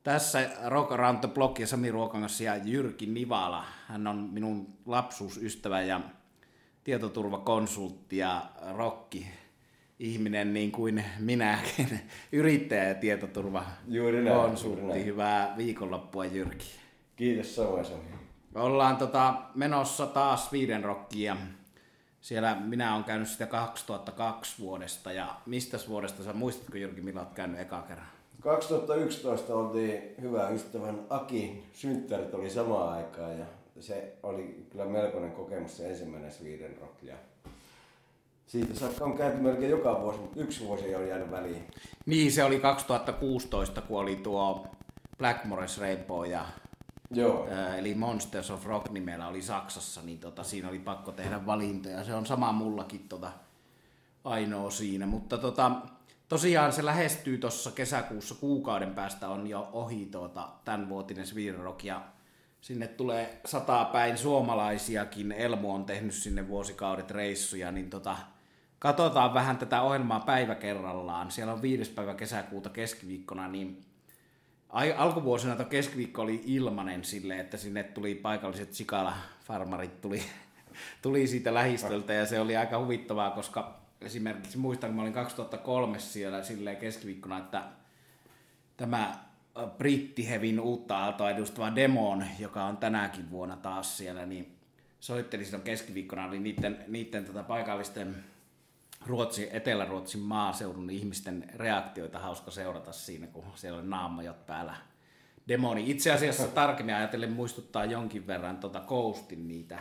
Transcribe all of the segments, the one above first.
Tässä Rock Around the Block ja Sami Ruokangas ja Jyrki Nivala. Hän on minun lapsuusystävä ja tietoturvakonsultti ja rokki-ihminen niin kuin minäkin. Yrittäjä ja tietoturvakonsultti. Hyvää viikonloppua, Jyrki. Kiitos samoin, Sami. Ollaan menossa taas Sweden Rockia. Siellä minä olen käynyt sitä 2002 vuodesta. Ja mistä vuodesta sä muistatko, Jyrki, milloin olet käynyt eka kerran? 2011 oltiin hyvä ystävän Aki synttärit oli samaan aikaan ja se oli kyllä melkoinen kokemus, se ensimmäinen Sweden Rock. Ja siitä saakka on käyty melkein joka vuosi, mutta yksi vuosi on jäänyt väliin. Niin, se oli 2016, kun oli tuo Blackmore's Rainbow ja Joo. Eli Monsters of Rock nimellä oli Saksassa, niin siinä oli pakko tehdä valintoja. Se on sama mullakin ainoa siinä, mutta tosiaan se lähestyy tuossa kesäkuussa, kuukauden päästä on jo ohi tämänvuotinen Sweden Rock ja sinne tulee 100 päin suomalaisiakin. Elmo on tehnyt sinne vuosikaudet reissuja, niin katsotaan vähän tätä ohjelmaa päivä kerrallaan. Siellä on 5. päivä kesäkuuta keskiviikkona, niin alkuvuosina tuo keskiviikko oli ilmanen silleen, että sinne tuli paikalliset sikala-farmarit tuli siitä lähistöltä ja se oli aika huvittavaa, koska esimerkiksi muistan, kun mä olin 2003 siellä silleen keskiviikkona, että tämä brittihevin uutta aaltoa edustava Demon, joka on tänäkin vuonna taas siellä, niin soitteli silloin keskiviikkona, oli niiden paikallisten Etelä-Ruotsin maaseudun ihmisten reaktioita hauska seurata siinä, kun siellä oli naamajot päällä. Demoni itse asiassa tarkemmin ajatellen muistuttaa jonkin verran Ghostin niitä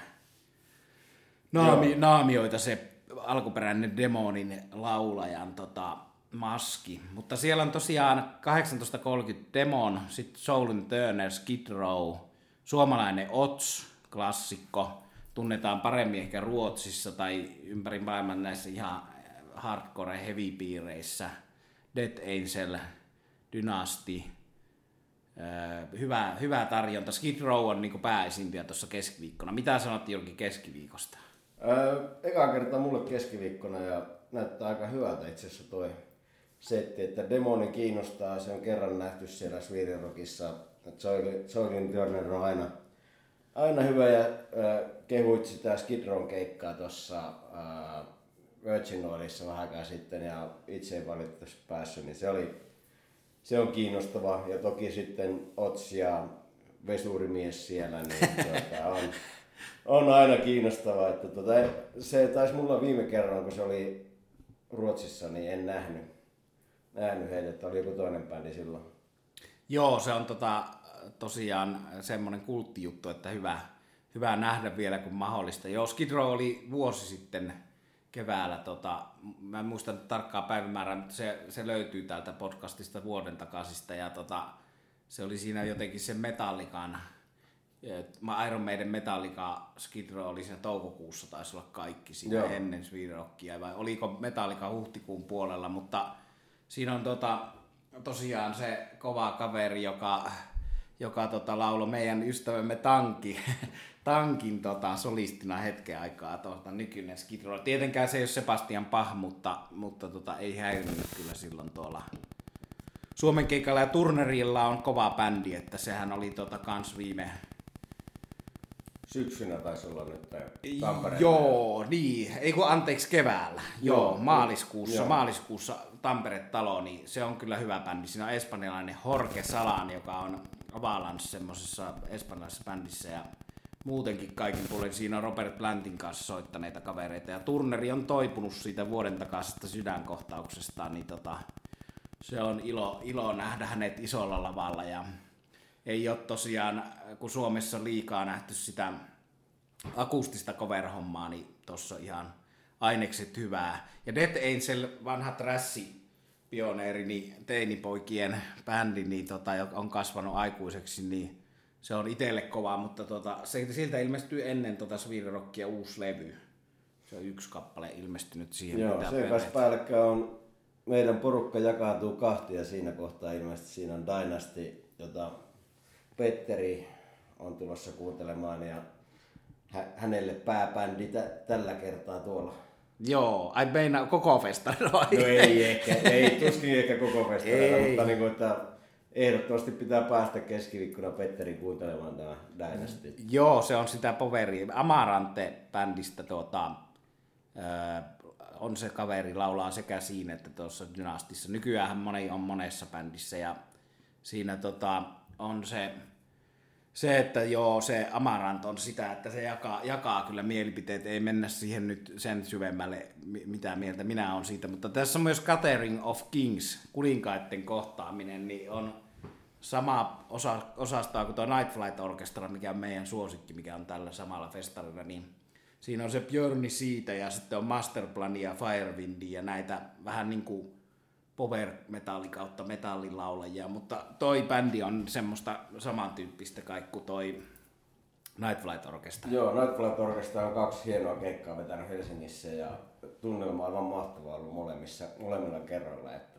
naamioita, se alkuperäinen Demonin laulajan maski. Mutta siellä on tosiaan 18.30 Demon, sitten Soul Turner, Skid Row, suomalainen Ots, klassikko, tunnetaan paremmin ehkä Ruotsissa tai ympäri maailman näissä ihan hardcore heavy-piireissä, Death Angel, Dynasty, hyvä tarjonta. Skid Row on niin pääesimpiä tuossa keskiviikkona. Mitä sanot, Jyrki, keskiviikosta? Eka kertaa mulle keskiviikkona ja näyttää aika hyvältä itse asiassa toi setti, että Demoni kiinnostaa, se on kerran nähty siellä Sweden Rockissa. Soil Turner on aina hyvä ja kehuit sitä Skid Rown keikkaa tuossa Virgin Oilissa vähän aikaa sitten ja itse ei valitettavasti päässyt, niin se on kiinnostava ja toki sitten Ots ja vesurimies siellä, niin on aina kiinnostavaa, että se taisi mulla viime kerran, kun se oli Ruotsissa, niin en nähnyt heitä, että oli joku toinen bändi silloin. Joo, se on tosiaan semmoinen kulttijuttu, että hyvä nähdä vielä kun mahdollista. Joo, Skid Row oli vuosi sitten keväällä, mä en muista tarkkaa päivämäärää, mutta se löytyy täältä podcastista vuoden takaisista ja se oli siinä jotenkin se Metallican, Iron Maiden Metallica Skid Row oli siinä toukokuussa, taisi olla kaikki siinä ennen Sweden Rockia, vai oliko Metallica huhtikuun puolella, mutta siinä on tosiaan se kova kaveri, joka lauloi meidän ystävämme Tankin solistina hetken aikaa nykyinen Skid Row. Tietenkään se ei ole Sebastian Bach, mutta ei häirinyt kyllä silloin tuolla Suomen keikalla. Ja Turnerilla on kova bändi, että sehän oli kans viime syksynä taisi olla nyt Tampereella. Joo, niin. Anteeksi, keväällä. Joo, maaliskuussa Tampere-talo, niin se on kyllä hyvä bändi. Siinä on espanjalainen Jorge Salan, joka on Avalanche semmoisessa espanjalaisessa bändissä ja muutenkin kaikin puolin siinä on Robert Plantin kanssa soittaneita kavereita ja Turneri on toipunut siitä vuoden takaisesta sydänkohtauksestaan, niin se on ilo nähdä hänet isolla lavalla ja ei ole tosiaan, kun Suomessa on liikaa nähty sitä akustista cover-hommaa, niin tossa ihan ainekset hyvää. Ja Death Angel, vanha trash-pioneeri, niin teinipoikien bändi, niin on kasvanut aikuiseksi, niin se on itselle kova, mutta siltä ilmestyy ennen Sweden Rockia uusi levy. Se on yksi kappale ilmestynyt siihen. Joo, se kanssa päällekkäin on, meidän porukka jakautuu kahtia siinä kohtaa ilmeisesti. Siinä on Dynasty, jota Petteri on tulossa kuuntelemaan ja hänelle pääbändi tällä kertaa tuolla. Joo, ai meina koko festarilla vai? No ei tuskin ehkä koko festarilla, mutta niin kuin, että ehdottomasti pitää päästä keskiviikkona Petterin kuuntelemaan tämä Dynasty. Joo, se on sitä poveria. Amarante-bändistä on se kaveri, laulaa sekä siinä että tuossa Dynastissa. Nykyäänhän moni on monessa bändissä ja siinä on se, että joo, se Amarant on sitä, että se jakaa kyllä mielipiteet, ei mennä siihen nyt sen syvemmälle, mitä mieltä minä olen siitä, mutta tässä on myös Gathering of Kings, kuninkaiden kohtaaminen, niin on sama osastoa kuin tuo Night Flight Orchestra, mikä on meidän suosikki, mikä on tällä samalla festarilla, niin siinä on se Björni siitä ja sitten on Masterplan ja Firewind ja näitä vähän niin kuin power-metalli kautta metallilaulajia, mutta toi bändi on semmoista samantyyppistä kaikku toi Night Flight Orchestra. Joo, Night Flight Orchestra on 2 hienoa keikkaa vetänyt Helsingissä ja tunnelma on aivan mahtavaa ollut molemmilla kerralla. Että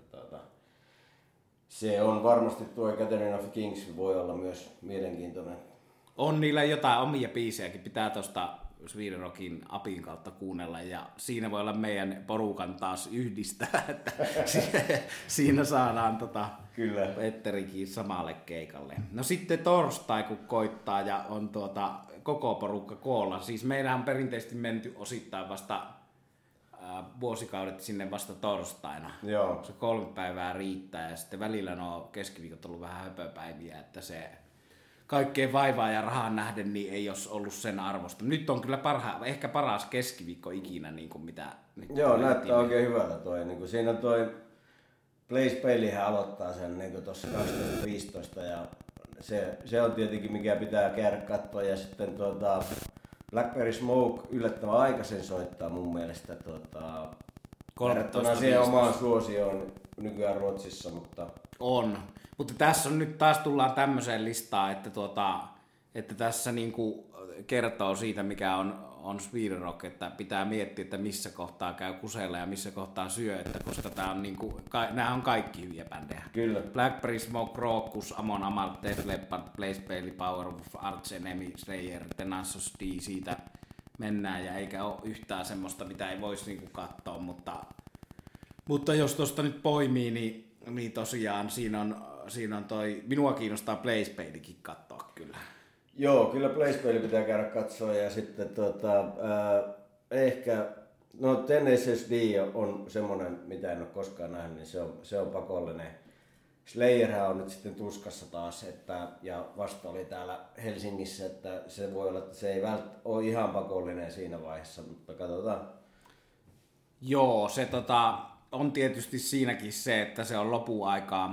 se on varmasti tuo Gathering of Kings voi olla myös mielenkiintoinen. On niillä jotain omia biisejäkin, pitää tuosta Sweden Rockin apin kautta kuunnella ja siinä voi olla meidän porukan taas yhdistää, että siinä saadaan Kyllä. Petterikin samalle keikalle. No sitten torstai kun koittaa ja on koko porukka koolla, siis meillä on perinteisesti menty osittain vasta vuosikaudet sinne vasta torstaina. Joo. Se 3 päivää riittää ja sitten välillä nuo keskiviikot on ollut vähän höpöpäiviä, että se kaikkeen vaivaa ja rahan nähden niin ei olisi ollut sen arvosta. Nyt on kyllä ehkä paras keskiviikko ikinä, niin kuin mitä nyt. Joo, näyttää oikein hyvältä toi. Niin kuin siinä toi Blaze Baileyhän aloittaa sen niin tuossa 2015 ja se on tietenkin mikä pitää käydä katsoa ja sitten Blackberry Smoke yllättävän aikaisen soittaa mun mielestä verrattuna siihen omaan suosioon nykyään Ruotsissa, mutta on. Mutta tässä on nyt taas tullaan tämmöiseen listaan, että tässä niinku kertoo siitä, mikä on Sweden Rock, että pitää miettiä, että missä kohtaa käy kusella ja missä kohtaa syö, että koska tää on niinku, nämä on kaikki hyviä bändejä. Kyllä. Blackberry Smoke, Crocus, Amon Amarth, Def Leppard, Blaze Bailey, Powerwolf, Arch Enemy, Slayer, Tenacious D, siitä mennään ja eikä ole yhtään semmoista, mitä ei voisi niinku katsoa, mutta jos tuosta nyt poimii, niin tosiaan siinä on toi, minua kiinnostaa Blaze Baileykin katsoa kyllä. Joo, kyllä Blaze Bailey pitää käydä katsoa ja sitten ehkä, no Tenacious D on semmonen, mitä en ole koskaan nähnyt, niin se on pakollinen. Slayerhän on nyt sitten tuskassa taas, ja vasta oli täällä Helsingissä, että se voi olla, että se ei ole ihan pakollinen siinä vaiheessa, mutta katsotaan. Joo, se on tietysti siinäkin se, että se on lopuaikaa,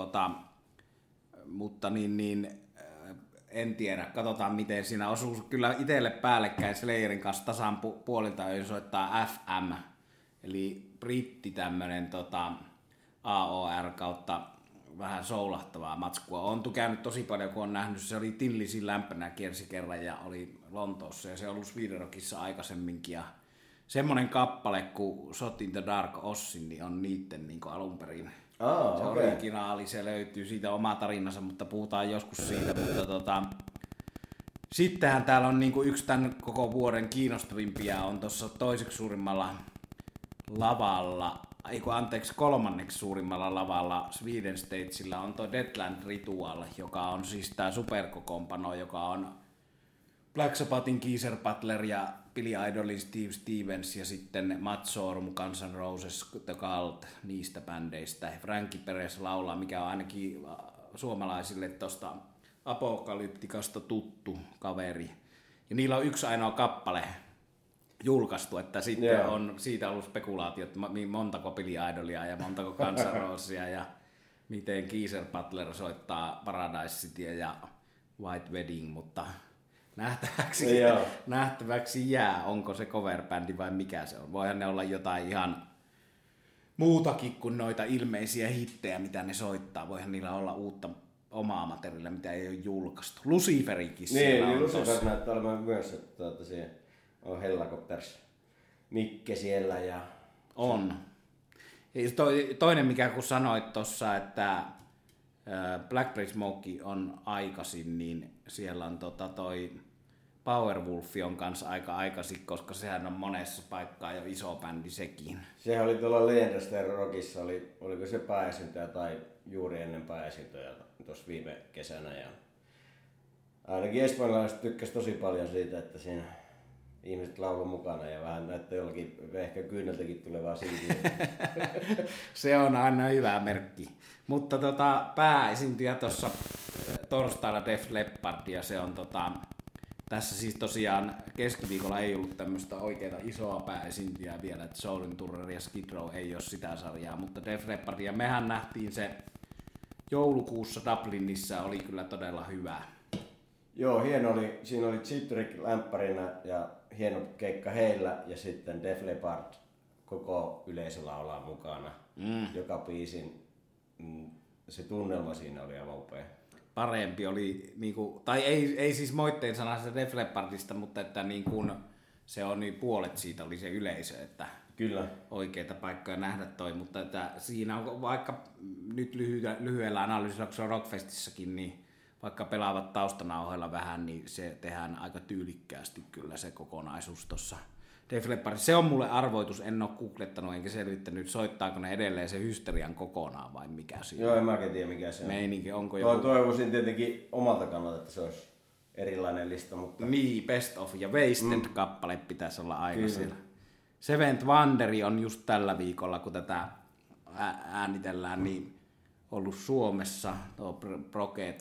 mutta en tiedä. Katsotaan miten siinä osuu kyllä itselle päällekkäin Slayerin kanssa tasan puolilta, jos soittaa FM, eli britti tämmönen AOR kautta vähän soulahtavaa matskua. On käynyt tosi paljon, kun on nähnyt, se oli Tillisin lämpänä kiersi kerran ja oli Lontoossa ja se on ollut Sweden Rockissa aikaisemminkin ja semmonen kappale kuin Shot in the Dark Ossin niin on niitten niin alun perin. Se originaali, se löytyy siitä oma tarinansa, mutta puhutaan joskus siitä. Mutta sittenhän täällä on niin yksi tämän koko vuoden kiinnostavimpia on tuossa toiseksi suurimmalla lavalla, kolmanneksi suurimmalla lavalla Sweden Stagella on tuo Deadland Ritual, joka on siis tää superkokoonpano, joka on Black Sabbathin Geezer Butler ja Billy Idolin Steve Stevens ja sitten Matt Sorum, Guns N' Roses, The Cult, niistä bändeistä. Frankie Perez laulaa, mikä on ainakin suomalaisille tuosta Apokalyptikasta tuttu kaveri. Ja niillä on yksi ainoa kappale julkaistu, että sitten on siitä ollut spekulaatiot, montako Billy Idolia ja montako Guns N' Rosesia ja miten Geezer Butler soittaa Paradise Cityä ja White Wedding, mutta nähtäväksi jää, onko se cover-bändi vai mikä se on. Voihan ne olla jotain ihan muutakin kuin noita ilmeisiä hittejä, mitä ne soittaa. Voihan niillä olla uutta omaa materiaalia, mitä ei ole julkaistu. Luciferikin siellä on Lucifer näyttää olevan myös, että siellä on Hellacopters Mikke siellä. Ja on. Toinen, mikä kun sanoit tuossa, että Blackberry Smoke on aikaisin, niin siellä on toi Powerwolf on kanssa aika aikaisin, koska sehän on monessa paikkaa jo iso bändi sekin. Sehän oli tuolla Legendaster Rockissa, oliko se pääesyntäjä tai juuri ennen pääesintöjä tuossa viime kesänä. Ja ainakin espanjalaiset tykkäsivät tosi paljon siitä, että siinä ihmiset lauloi mukana ja vähän näyttää jollakin ehkä kyyneltäkin tulevaa silmiä. Se on aina hyvä merkki. Mutta pääesiintyjä tuossa torstaina Def Leppard ja se on tässä siis tosiaan keskiviikolla ei ollut tämmöistä oikeaa isoa pääesiintyjää vielä, että Soulin Turner ja Skid Row ei ole sitä sarjaa, mutta Def Leppard ja mehän nähtiin se joulukuussa Dublinissa, oli kyllä todella hyvä. Joo, hieno oli. Siinä oli Chittrick lämppärinä ja hieno keikka heillä ja sitten Def Leppard koko yleisö laulaa mukana. Joka biisin se tunnelma siinä oli aivan upea. Parempi oli, niinku, tai ei siis moitteen sanasta Def Leppardista, mutta että niin kun se on niin puolet siitä oli se yleisö, että kyllä oikeita paikkoja nähdä toi, mutta että siinä on vaikka nyt lyhyellä analyysijaksolla Rockfestissakin, niin vaikka pelaavat taustanauhoilla vähän, niin se tehdään aika tyylikkäästi kyllä se kokonaisuus tuossa Def Leppardissa. Se on mulle arvoitus, en ole googlettanut enkä selvittänyt, soittaako ne edelleen se Hysterian kokonaan vai mikä siinä. Joo, en mäkin tiedä mikä se on. Meininki, onko joku... Toivoisin tietenkin omalta kannalta, että se olisi erilainen lista, mutta... Niin, Best of ja Wasted-kappale pitäisi olla aina siellä. Seventh Wonderi on just tällä viikolla, kun tätä äänitellään, niin ollut Suomessa, tuo Proge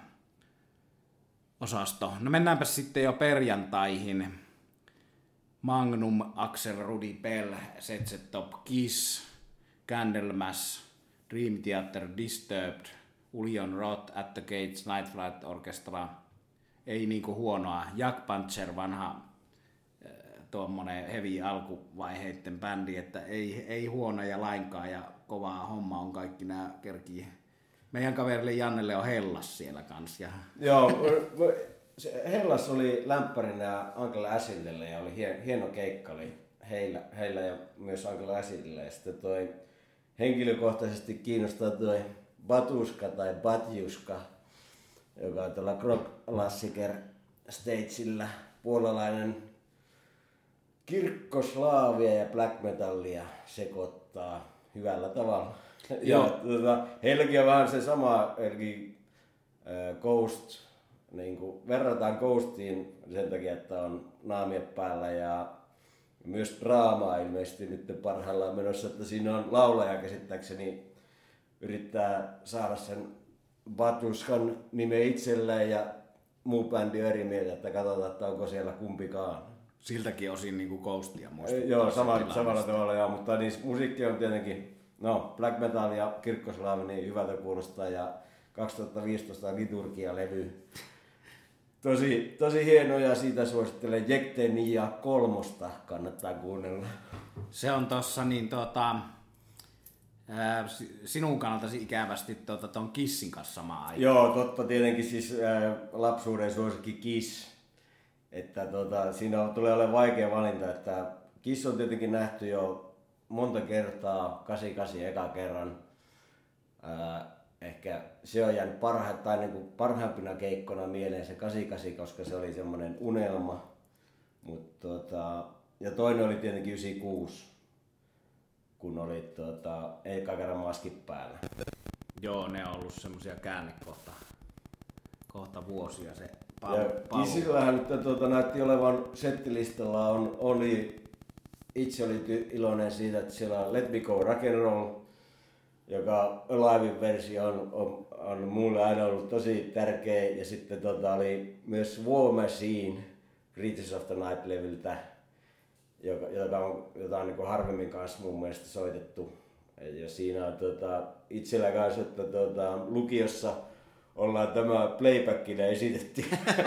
osasto. No mennäänpä sitten jo perjantaihin. Magnum, Axel Rudi Pell, ZZ Top, Kiss, Candlemass, Dream Theater, Disturbed, Uljon Roth, At the Gates, Night Flight Orchestra. Ei niinku huonoa. Jack Panzer, vanha tuommoinen heavy alkuvaiheiden bändi, että ei huonoja lainkaan ja kovaa homma on kaikki nämä kerkii. Meidän kaverille Jannelle on Hellas siellä kanssa. Joo, Hellas oli lämpärinä Uncle Acidille ja oli hieno keikka oli heillä ja myös Uncle Acidille. Ja sitten toi henkilökohtaisesti kiinnostaa toi Batuska tai Batjuska, joka on tuolla Klassiker Stagella puolalainen kirkkoslaavia ja black metallia sekoittaa hyvällä tavalla. Ja heilläkin on vähän se sama, eli Ghost, niin kuin verrataan Ghostiin sen takia, että on naamiot päällä ja myös draamaa ilmeisesti nyt parhaillaan menossa, että siinä on laulaja käsittääkseni yrittää saada sen Batuskan nimen itselleen ja muu bändi on eri mieltä, että katsotaan, että onko siellä kumpikaan. Siltäkin osin niin kuin Ghostia muistuttaa. Joo, samalla tavalla joo, mutta niin musiikki on tietenkin, no black metal ja kirkkoslaavi niin hyvältä kuulostaa ja 2015 liturgia-levy. Tosi hieno ja siitä suosittelen Jektenia 3, kannattaa kuunnella. Se on tossa niin sinun kannaltasi ikävästi ton Kissin kanssa samaan aikaan. Joo, totta tietenkin siis lapsuuden suosikki Kiss. Että siinä tulee olemaan vaikea valinta, että Kiss on tietenkin nähty jo monta kertaa, 88 eka kerran. Ehkä se on jäänyt parhaimpina keikkona mieleen se 88, koska se oli semmoinen unelma. Ja toinen oli tietenkin 96, kun oli eka kerran maskit päällä. Joo, ne on ollut semmosia käännekohta vuosia se Kissillähän nyt näytti olevan settilistalla itse oli iloinen siitä, että siellä on Let Me Go Rock and Roll, joka live-versio on mulle aina ollut tosi tärkeä. Ja sitten oli myös War Machine Creatures of the Night-levyltä, jota on niin harvemmin kanssa mun mielestä soitettu. Ja siinä on itsellä kanssa, että lukiossa ollaan tämä playbackina esitetty.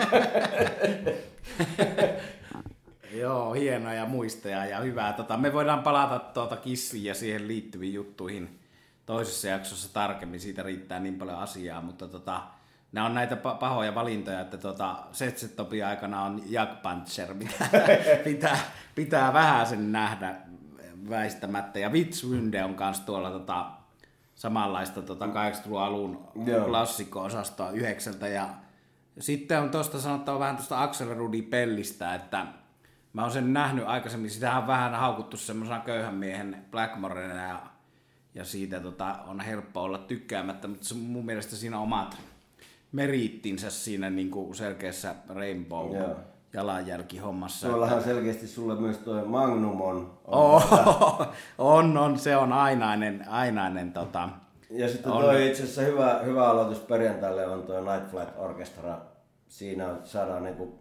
Joo, hienoja muistoja ja hyvää. Me voidaan palata Kissiin ja siihen liittyviin juttuihin toisessa jaksossa tarkemmin. Siitä riittää niin paljon asiaa, mutta nämä on näitä pahoja valintoja, että Setsetopin aikana on Jack Panzer, pitää vähän sen nähdä väistämättä. Ja Vitsvunde on kanssa tuolla samanlaista 80-luvun alun klassikko-osastoa 9. Ja sitten on tuosta sanottava vähän tuosta Axel Rudi Pellistä, että mä oon sen nähnyt aikaisemmin. Sitähän on vähän haukuttu semmoisena köyhän miehen Blackmorena ja siitä on helppo olla tykkäämättä, mutta mun mielestä siinä on omat meriittinsä siinä niin kuin selkeässä Rainbow jalanjälkihommassa. Tuollahan selkeästi sulle myös tuo Magnum on. On, se on ainainen ja sitten toi itse asiassa hyvä aloitus perjantaille on tuo Night Flight Orchestra. Siinä saadaan niinku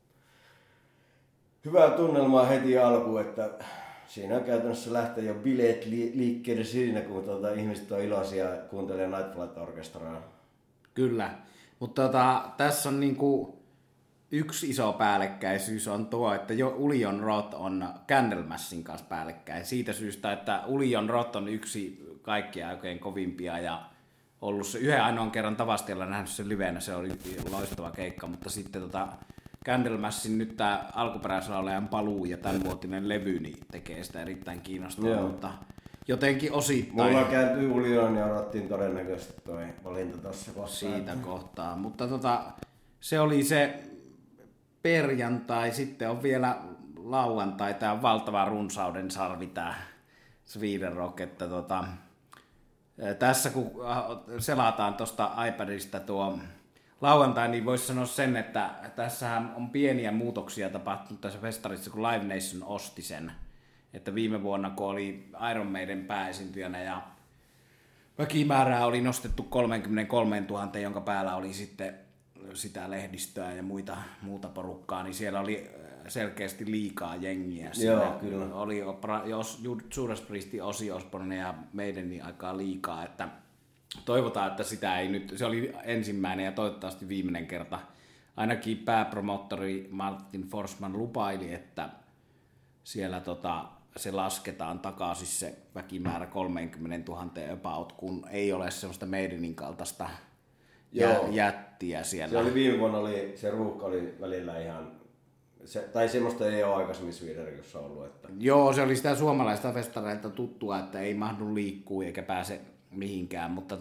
hyvää tunnelmaa heti alkuun, että siinä käytännössä lähtee jo bileet liikkeelle siinä, kun ihmiset on iloisia ja kuuntelee Night Flight Orchestraa. Kyllä, mutta tässä on niinku yksi iso päällekkäisyys on tuo, että jo Ulion Roth on Candlemassin kanssa päällekkäin. Siitä syystä, että Ulion Roth on yksi kaikkia oikein kovimpia ja ollut se yhden ainoan kerran Tavastialla nähnyt sen livenä, se oli loistava keikka, mutta sitten Candlemassin nyt tämä alkuperäislaulajan paluu ja tämänvuotinen levy niin tekee sitä erittäin kiinnostavaa, mutta jotenkin osittain. Mulla kääntyy Ulion ja Rothin todennäköisesti toi valinta tuossa kohtaa. Siitä kohtaa, mutta se oli se perjantai, sitten on vielä lauantai, tämä on valtava runsauden sarvi tämä Sweden Rock, että tässä kun selataan tuosta iPadista tuo lauantai, niin voisi sanoa sen, että tässähän on pieniä muutoksia tapahtunut tässä festarissa, kun Live Nation osti sen. Että viime vuonna, kun oli Iron Maiden pääesiintyjänä ja väkimäärää oli nostettu 33 000, jonka päällä oli sitten sitä lehdistöä ja muuta porukkaa, niin siellä oli selkeästi liikaa jengiä. Joo, kyllä. Oli Judas Priestin, Ozzy Osbourne ja meidän aikaa liikaa, että toivotaan, että sitä ei nyt, se oli ensimmäinen ja toivottavasti viimeinen kerta. Ainakin pääpromottori Martin Forsman lupaili, että siellä se lasketaan takaisin se väkimäärä 30 000 about, kun ei ole semmoista Maidenin kaltaista jättiä siellä. Se oli viime vuonna, se ruuhka oli välillä ihan, tai semmoista ei ole aikaisemmin Sweden ollut. Että. Joo, se oli sitä suomalaista festareilta tuttua, että ei mahdu liikkua eikä pääse mihinkään, mutta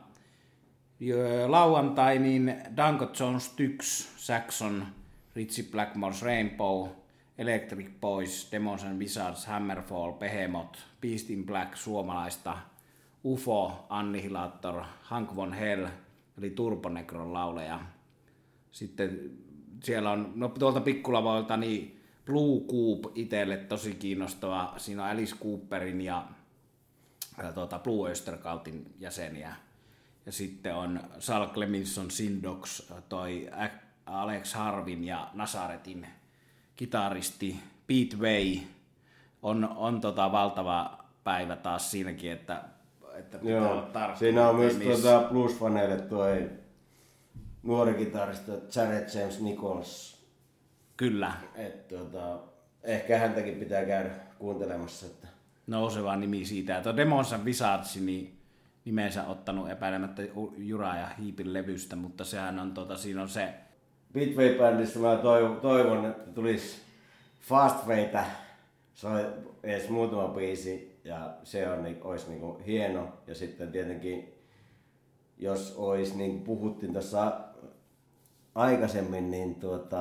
lauantai niin Danko Jones, Styx, Saxon, Ritchie Blackmore's Rainbow, Electric Boys, Demons and Wizards, Hammerfall, Behemoth, Beast in Black suomalaista, UFO, Annihilator, Hank von Hell, eli Turbonecron lauleja. Sitten siellä on, tuolta pikkulavoilta, niin Blue Coupe itselle tosi kiinnostava. Siinä on Alice Cooperin ja Blue Oyster-Cultin jäseniä. Ja sitten on Sal Cleminson, Sindox, toi Alex Harvin ja Nazaretin kitaristi Pete Way. On valtava päivä taas siinäkin, että pitää olla tarkka. Siinä on myös blues-faneille toi nuori kitaristi Jared James Nichols. Kyllä. Ehkä häntäkin pitää käydä kuuntelemassa. Että. Nouseva nimi siitä. Tuo Demons and Wizards, niin nimensä ottanut epäilemättä Jura ja Hiipin levystä, mutta sehän on, siinä on se... Beatway-bändissä mä toivon, että tulisi Fast Waytä, soi edes muutama biisi ja se olisi niinku hieno. Ja sitten tietenkin, jos olisi, niin kuin puhuttiin tuossa aikaisemmin, niin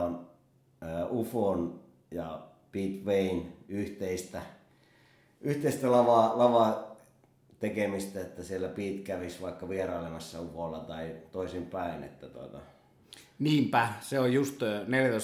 UFOn ja Beatwayn yhteistä lavaa tekemistä, että siellä Pete kävisi vaikka vierailemassa UFOlla tai toisinpäin. Niinpä, se on just 14.50,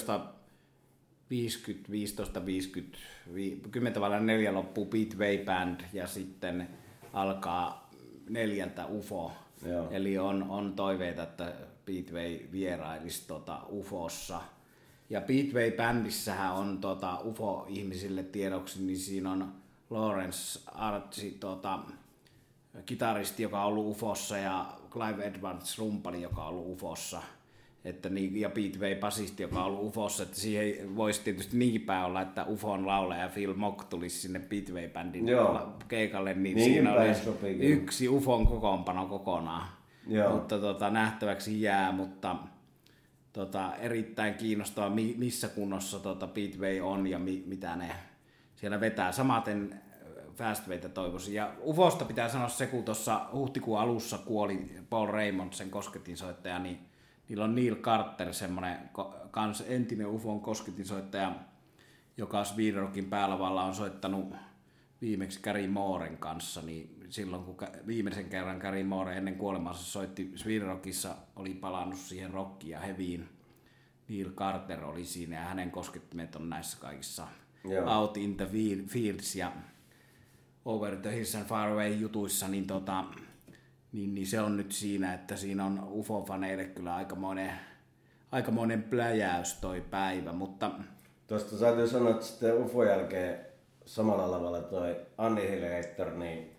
10.4 loppuu Beatway Band ja sitten alkaa 4 UFO. Joo. Eli on toiveita, että Beatway vierailisi UFOssa. Ja Beatway-bändissähän on UFO-ihmisille tiedoksi, niin siinä on Lawrence Artsi, kitaristi, joka on ollut UFOssa, ja Clive Edwards, rumpali, joka on ollut UFOssa. Ja Beatway-basisti, joka on ollut UFOssa. Että siihen voisi tietysti niinkin päin olla, että UFOn laulaja Phil Mock tulisi sinne Beatway-bändin keikalle, niin siinä olisi yksi UFOn kokoonpano kokonaan. Joo. Mutta nähtäväksi jää, mutta erittäin kiinnostavaa, missä kunnossa Beatway on ja mitä ne siellä vetää. Samaten Fastwaytä toivoisin. Ja UFOsta pitää sanoa se, kun tuossa huhtikuun alussa kuoli Paul Raymond, sen kosketinsoittaja, niin niillä on Neil Carter, semmoinen entinen UFOn kosketinsoittaja, joka Sweden Rockin päälavalla on soittanut viimeksi Gary Mooren kanssa, niin silloin, kun viimeisen kerran Gary Moore ennen kuolemaansa soitti Sweden Rockissa, oli palannut siihen rockiin ja heavyin. Neil Carter oli siinä ja hänen koskettimet on näissä kaikissa Out in the Fields ja Over the Hills and Far Away jutuissa, niin se on nyt siinä, että siinä on UFO-faneille kyllä aikamoinen pläjäys toi päivä, mutta... Tuosta täytyy sanoa, että sitten UFO jälkeen samalla lavalla toi Annihilator, niin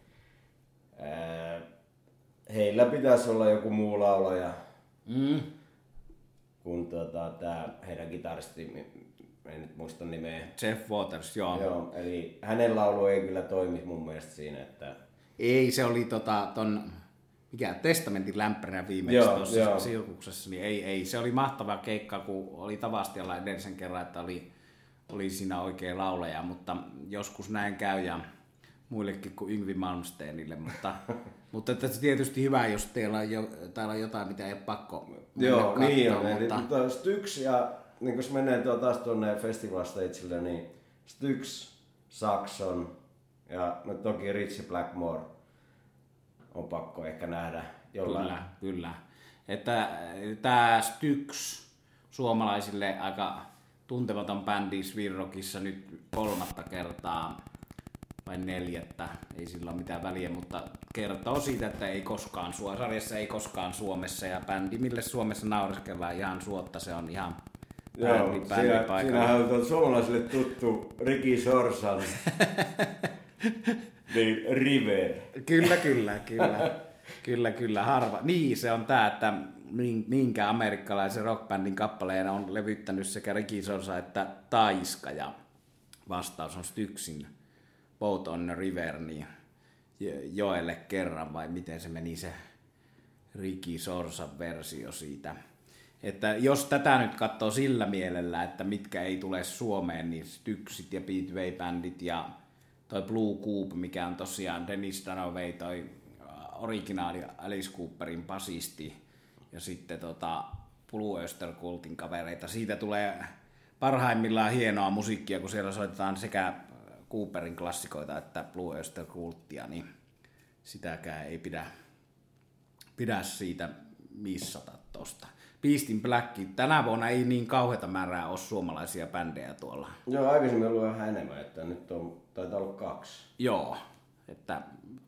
heillä pitäisi olla joku muu laulaja kuin tää heidän kitaristi, en nyt muista nimeä. Jeff Waters, joo. Joo, eli hänen laulu ei kyllä toimi mun mielestä siinä, että... Ei, se oli ton... Mikä Testamentin lämpärinä viimeksi tuossa sirkuksessa, niin ei. Se oli mahtava keikka, kun oli Tavastialla edellisen kerran, että oli siinä oikea laulaja, mutta joskus näin käy ja muillekin kuin Yngvi Malmsteenille, mutta että tietysti hyvä, jos täällä on jotain, mitä ei ole pakko mennä Joo, katsoa, niin on. Mutta Styx ja niin jos menee taas tuonne festival stagelle, niin Styx, Saxon ja no toki Ritchie Blackmore on pakko ehkä nähdä jollain. Kyllä. Että tämä Styx, suomalaisille aika tuntematon bändi Sweden Rockissa nyt 3. kertaa vai 4, ei sillä ole mitään väliä, mutta kertoo siitä, että ei koskaan sarjassa ei koskaan Suomessa ja bändi, mille Suomessa naureskellaan ihan suotta, se on ihan bändi paikalla. Siinähän on suomalaisille tuttu Ricky Sorsan niin River. Kyllä, harva. Niin, se on tää, että minkä amerikkalaisen rockbändin kappaleen on levyttänyt sekä Ricky Sorsa että Taiska, ja vastaus on Styxin Boat on the River, niin joelle kerran, vai miten se meni se Ricky Sorsan versio siitä. Että jos tätä nyt katsoo sillä mielellä, että mitkä ei tule Suomeen, niin Styxit ja Beatway-bändit ja toi Blue Coupe, mikä on tosiaan Dennis Dunaway, toi originaali Alice Cooperin basisti, ja sitten Blue Oyster Cultin kavereita. Siitä tulee parhaimmillaan hienoa musiikkia, kun siellä soitetaan sekä Cooperin klassikoita että Blue Oyster Cultia, niin sitäkään ei pidä siitä missata tosta. Beast in Black, tänä vuonna ei niin kauheata määrää ole suomalaisia bändejä tuolla. Joo, aikaisemmin on ollut vähän enemmän, että nyt taitaa olla 2. Joo, että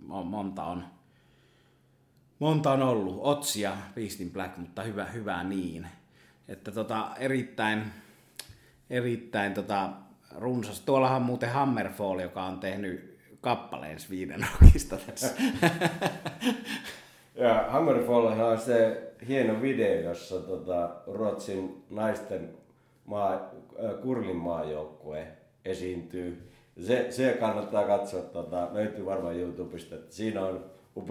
monta on ollut. Otsi ja Beast in Black, mutta hyvä niin. Että erittäin runsas. Tuollahan on muuten Hammerfall, joka on tehnyt kappaleen Sweden Rockista tässä. Ja Hammerfall on se hieno video, jossa Ruotsin naisten kurlin maajoukkue esiintyy. Se kannattaa katsoa, löytyy varmaan YouTubesta, että siinä on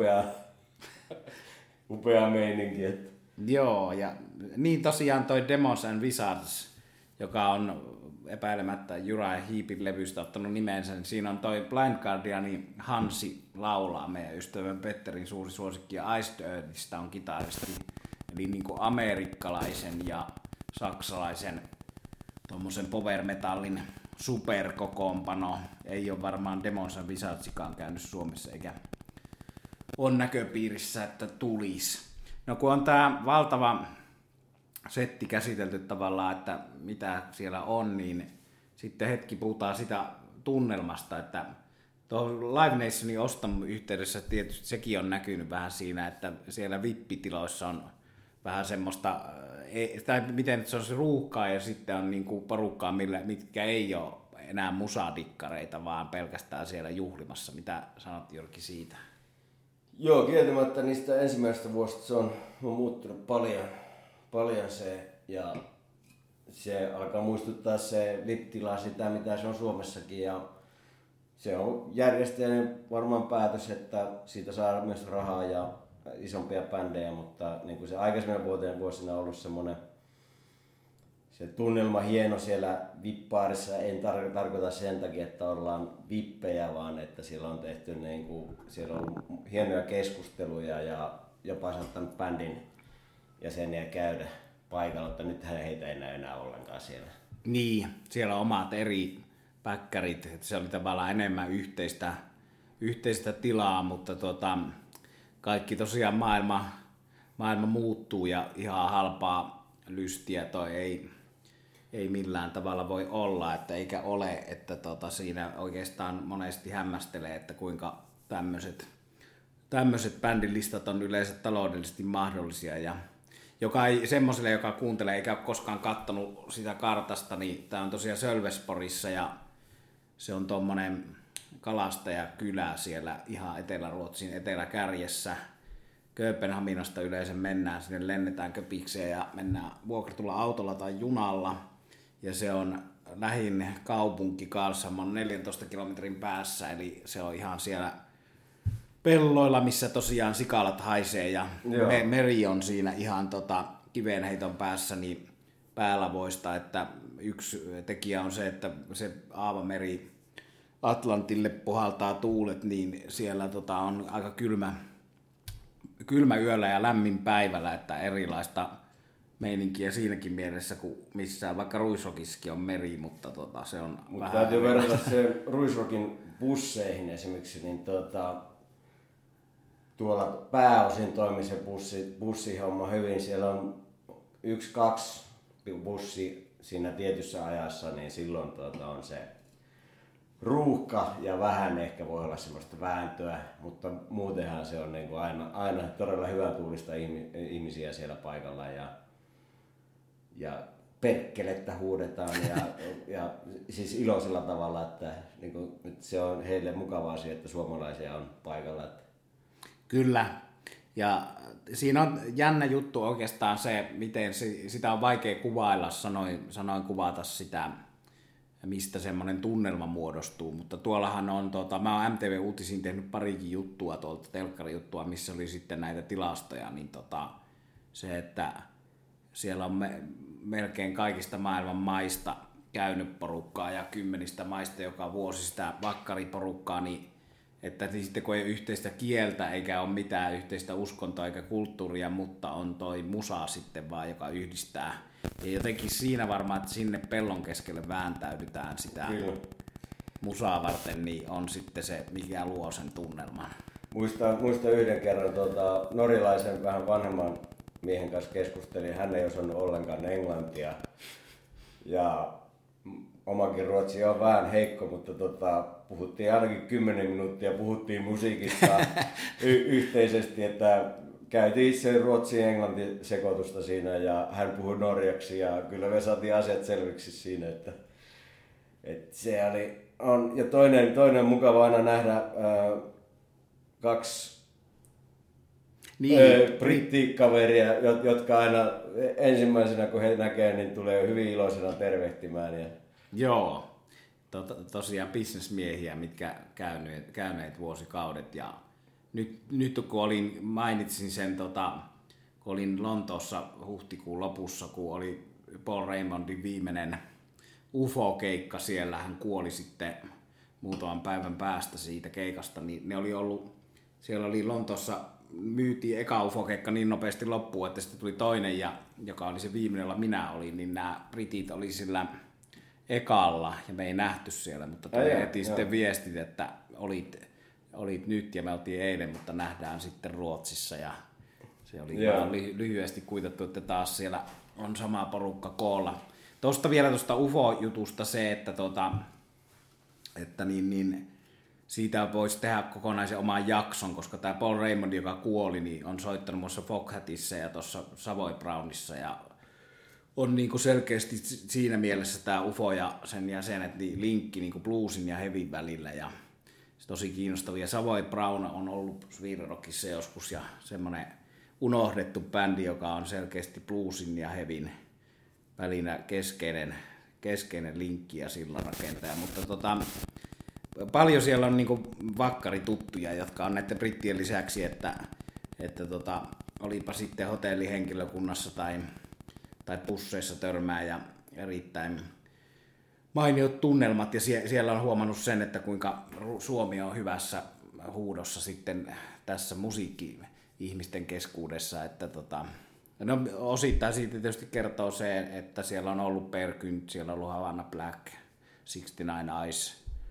upea meininki. Että. Joo, ja niin tosiaan toi Demons and Wizards, joka on epäilemättä Uriah Heepin levystä ottanut nimensä, niin siinä on toi Blind Guardianin Hansi laulaa, meidän ystävän Petterin suuri suosikki, ja Iced Earthistä on kitaristi, eli niin kuin amerikkalaisen ja saksalaisen tommosen power metallin superkokoonpano. Ei ole varmaan Demons and Wizardsikaan käynyt Suomessa, eikä on näköpiirissä, että tulisi. No kun on tää valtava setti käsitelty tavallaan, että mitä siellä on, niin sitten hetki puhutaan sitä tunnelmasta, että tuohon Live Nationin oston yhteydessä tietysti sekin on näkynyt vähän siinä, että siellä vippitiloissa on vähän semmoista, tai miten se on se ruuhkaa ja sitten on niinku porukkaa, mitkä ei ole enää musadikkareita, vaan pelkästään siellä juhlimassa. Mitä sanot Jyrki siitä? Joo, kieltämättä niistä ensimmäisestä vuosista se on muuttunut paljon se, ja se alkaa muistuttaa se VIP-tila sitä, mitä se on Suomessakin, ja se on järjestäjän varmaan päätös, että siitä saa myös rahaa ja isompia bändejä, mutta niin kuin se aikaisemmin vuosina on ollut semmoinen se tunnelma hieno siellä VIP-baarissa, en tarkoita sen takia, että ollaan vippejä, vaan että siellä on tehty niin kuin, siellä on hienoja keskusteluja ja jopa saattanut bändin jäseniä käydä paikalla, mutta nyt heitä ei näy enää ollenkaan siellä. Niin, siellä on omat eri päkkärit, että se oli tavallaan enemmän yhteistä tilaa, mutta kaikki tosiaan maailma muuttuu ja ihan halpaa lystiä toi ei millään tavalla voi olla, että eikä ole, että siinä oikeastaan monesti hämmästelee, että kuinka tämmöiset bändilistat on yleensä taloudellisesti mahdollisia ja semmoiselle, joka kuuntelee eikä ole koskaan kattonut sitä kartasta, niin tämä on tosiaan Sölvesborissa ja se on tommonen kalastajakylä siellä ihan Etelä-Ruotsin eteläkärjessä. Kööpenhaminasta yleensä mennään, sinne lennetään Köpikseen ja mennään vuokratulla autolla tai junalla. Ja se on lähin kaupunki Karlshamn 14 kilometrin päässä, eli se on ihan siellä pelloilla, missä tosiaan sikalat haisee ja meri on siinä ihan kiveenheiton päässä niin päälavoista, että yksi tekijä on se, että se aavameri Atlantille puhaltaa tuulet, niin siellä on aika kylmä yöllä ja lämmin päivällä, että erilaista meininkiä siinäkin mielessä, kuin missään vaikka Ruisrockissakin on meri, mutta se on vähän... Täytyy verrata sen Ruisrockin busseihin esimerkiksi, niin tuolla pääosin toimii se bussihomma hyvin. Siellä on 1-2 bussi siinä tietyssä ajassa, niin silloin on se ruuhka ja vähän ehkä voi olla semmoista vääntöä, mutta muutenhan se on niin kuin aina todella hyvän tuulista ihmisiä siellä paikalla ja perkkelettä huudetaan ja siis iloisella tavalla, että niin kuin, se on heille mukava asia, että suomalaisia on paikalla. Kyllä. Ja siinä on jännä juttu oikeastaan se, miten sitä on vaikea kuvailla, sanoin kuvata sitä, mistä semmoinen tunnelma muodostuu, mutta tuollahan on, mä oon MTV-uutisiin tehnyt parikin juttua tuolta, telkkarijuttua, missä oli sitten näitä tilastoja, niin se, että siellä on melkein kaikista maailman maista käynyt porukkaa ja 10 maista joka vuosi sitä vakkariporukkaa, niin että sitten kun ei ole yhteistä kieltä eikä ole mitään yhteistä uskontoa eikä kulttuuria, mutta on toi musa sitten vaan, joka yhdistää. Ja jotenkin siinä varmaan, että sinne pellon keskelle vääntäydytään sitä musaa varten, niin on sitten se, mikä luo sen tunnelman. Muistan yhden kerran norjalaisen vähän vanhemman miehen kanssa keskustelin. Hän ei osannut ollenkaan englantia. Ja omakin ruotsi on vähän heikko, mutta puhuttiin ainakin 10 minuuttia, puhuttiin musiikista yhteisesti, että käytiin itse ruotsi- ja englanti-sekoitusta siinä ja hän puhui norjaksi ja kyllä me saatiin asiat selviksi siinä, että se on. Ja toinen mukava aina nähdä kaksi brittikaveria, jotka aina ensimmäisenä kun he näkee, niin tulee hyvin iloisena tervehtimään. Joo, tosiaan bisnesmiehiä, mitkä käyneet vuosikaudet ja nyt kun mainitsin sen, kun olin Lontoossa huhtikuun lopussa, kun oli Paul Raymondin viimeinen UFO-keikka siellä, hän kuoli sitten muutaman päivän päästä siitä keikasta, niin ne oli ollut, siellä oli Lontoossa, myytiin eka UFO-keikka niin nopeasti loppuun, että sitten tuli toinen, ja joka oli se viimeinen, jolla minä olin, niin nämä britit oli sillä ekalla, ja me ei nähty siellä, mutta tuli heti sitten viestit, että olit nyt ja me oltiin eilen, mutta nähdään sitten Ruotsissa ja se oli vaan lyhyesti kuitattu, että taas siellä on sama porukka koolla. Vielä tuosta UFO-jutusta se, että siitä voisi tehdä kokonaisen oman jakson, koska tämä Paul Raymond, joka kuoli, niin on soittanut muassa Foghatissa ja tuossa Savoy Brownissa ja on niinku selkeästi siinä mielessä tämä UFO ja sen jäsenet niin linkki niinku bluesin ja heavyn välillä ja tosi kiinnostavia. Savoy Brown on ollut Swedenrockissa joskus ja semmoinen unohdettu bändi, joka on selkeästi bluesin ja heavyn välinä keskeinen linkki ja sillanrakentaja, mutta paljon siellä on niinku vakkarituttuja, jotka on näiden brittien lisäksi, että olipa sitten hotellihenkilökunnassa tai busseissa törmää ja erittäin mainiot tunnelmat ja siellä on huomannut sen, että kuinka Suomi on hyvässä huudossa sitten tässä musiikki-ihmisten keskuudessa, että no osittain siitä tietysti kertoo se, että siellä on ollut Per Gynt, siellä on ollut Havana Black, 69 Eyes,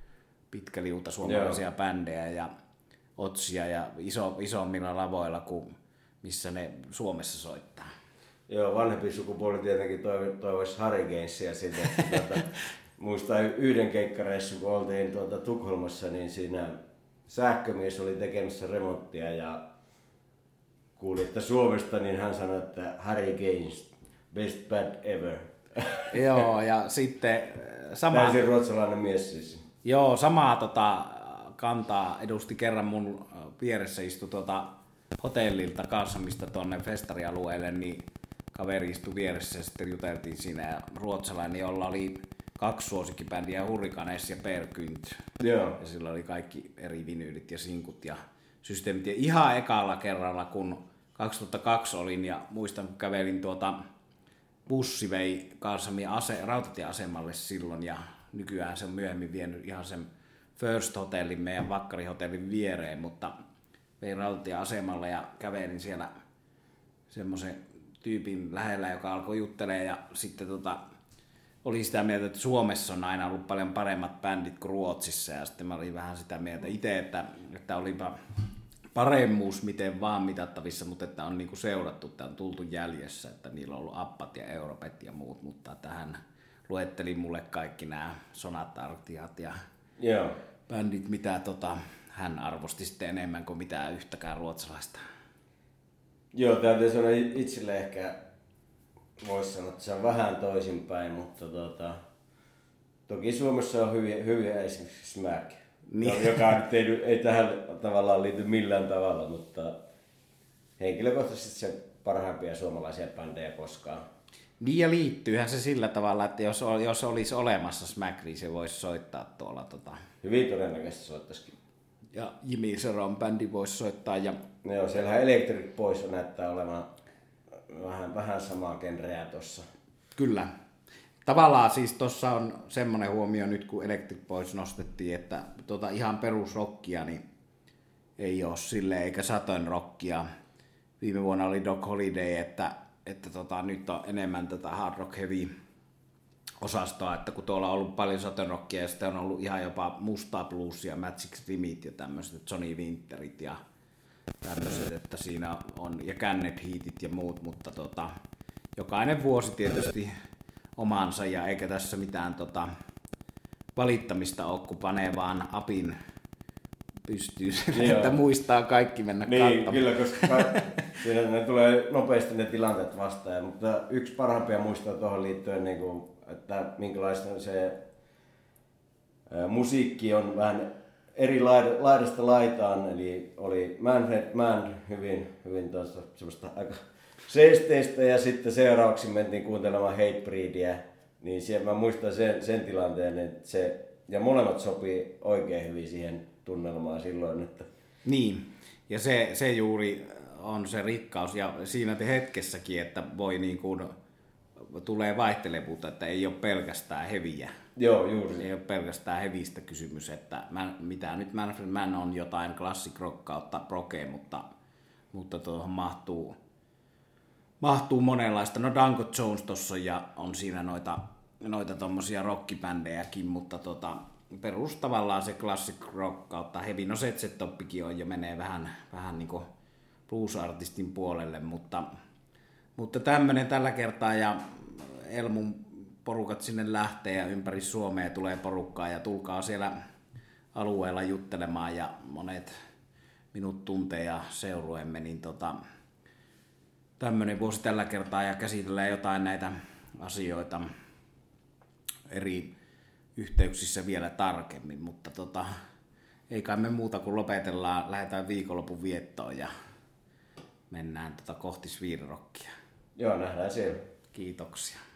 pitkäliuta suomalaisia bändejä ja otsia ja isommilla lavoilla kuin missä ne Suomessa soittaa. Joo, vanhempi sukupuoli tietenkin toivoisi Harry Gainsia sinne. Muistan yhden keikkareissun, kun oltiin Tukholmassa, niin siinä sähkömies oli tekemässä remonttia ja kuuli, että Suomesta, niin hän sanoi, että Harry Gaines, best band ever. Joo, ja sitten täysin ruotsalainen mies siis. Joo, samaa kantaa edusti kerran mun vieressä istui hotellilta Karsamista tuonne festarialueelle, niin kaveri istui vieressä ja sitten juteltiin siinä ja ruotsalainen, jolla oli 2 suosikkibändiä, Hurricanes ja Per Gynt. Joo. Ja sillä oli kaikki eri vinyylit ja sinkut ja systeemit. Ja ihan ekalla kerralla, kun 2002 olin ja muistan, kun kävelin bussi vei Karsamin rautatieasemalle silloin ja nykyään se on myöhemmin vienyt ihan sen First Hotellin, meidän vakkarihotellin viereen, mutta vein rautatieasemalle ja kävelin siellä semmoisen tyypin lähellä, joka alkoi juttelemaan ja sitten oli sitä mieltä, että Suomessa on aina ollut paljon paremmat bändit kuin Ruotsissa ja sitten mä olin vähän sitä mieltä itse, että olipa paremmuus miten vaan mitattavissa, mutta että on niinku seurattu, että on tultu jäljessä, että niillä on ollut Appat ja Europet ja muut, mutta tähän luettelin mulle kaikki nämä Sonata-artiat ja bändit, mitä hän arvosti sitten enemmän kuin mitään yhtäkään ruotsalaista. Joo, täytyy sanoa itselle ehkä, voisi sanoa, että se on vähän toisinpäin, mutta toki Suomessa on hyviä esimerkiksi Smack, joka nyt ei tähän tavallaan liity millään tavalla, mutta henkilökohtaisesti se parhaimpia suomalaisia bändejä koskaan. Niin ja liittyyhän se sillä tavalla, että jos olisi olemassa Smack, niin se voisi soittaa tuolla. Hyvin todennäköisesti soittaisikin. Ja Jimmy Seron bändi voisi soittaa. Ja joo, siellähän Electric Boys näyttää olevan vähän samaa genreä tuossa. Kyllä. Tavallaan siis tuossa on semmoinen huomio nyt, kun Electric Boys nostettiin, että ihan perusrockia niin ei ole silleen, eikä Saturn rockia. Viime vuonna oli Doc Holiday, että nyt on enemmän tätä hard rock heavy osastoa, että kun tuolla on ollut paljon Saturn rockia ja sitten on ollut ihan jopa mustaa bluesia, Magic Rimit ja tämmöiset, Johnny Winterit ja tämmöiset, että siinä on ja Canned Heatit ja muut, mutta jokainen vuosi tietysti omansa ja eikä tässä mitään valittamista ole, kun panee vaan apin pystyy sen, että muistaa kaikki mennä katsomaan. Niin, kyllä, koska siinä ne tulee nopeasti ne tilanteet vastaan. Mutta yksi parhaimpia muistaa tuohon liittyen, niin kuin, että minkälaista se musiikki on vähän eri laidasta laitaan. Eli oli Manfred Mann hyvin semmoista aika seesteistä ja sitten seuraavaksi mentiin kuuntelemaan Hatebreedia. Niin siellä mä muistan sen tilanteen, että ja molemmat sopii oikein hyvin siihen tunnelmaa silloin. Että niin, ja se juuri on se rikkaus ja siinä hetkessäkin, että voi niin kuin, tulee vaihtelevuutta, että ei ole pelkästään heviä. Joo, juuri. Ei ole pelkästään hevistä kysymys, että mitä nyt Manfred Mann on jotain classic rock kautta proge, mutta tuohon mahtuu monenlaista. No Danko Jones tossa ja on siinä noita tommosia rockibändejäkin, mutta perus tavallaan se classic rock kautta heavy. No ZZ Toppikin on jo menee vähän niinku blues-artistin puolelle, mutta tämmönen tällä kertaa ja Elmun porukat sinne lähtee ja ympäri Suomea tulee porukkaa ja tulkaa siellä alueella juttelemaan ja monet minut tuntee ja seuruemme, niin tämmönen vuosi tällä kertaa ja käsitellään jotain näitä asioita eri yhteyksissä vielä tarkemmin, mutta ei kai me muuta kuin lopetellaan, lähdetään viikonlopun viettoon ja mennään kohti sviirirokkia. Joo, nähdään siellä. Kiitoksia.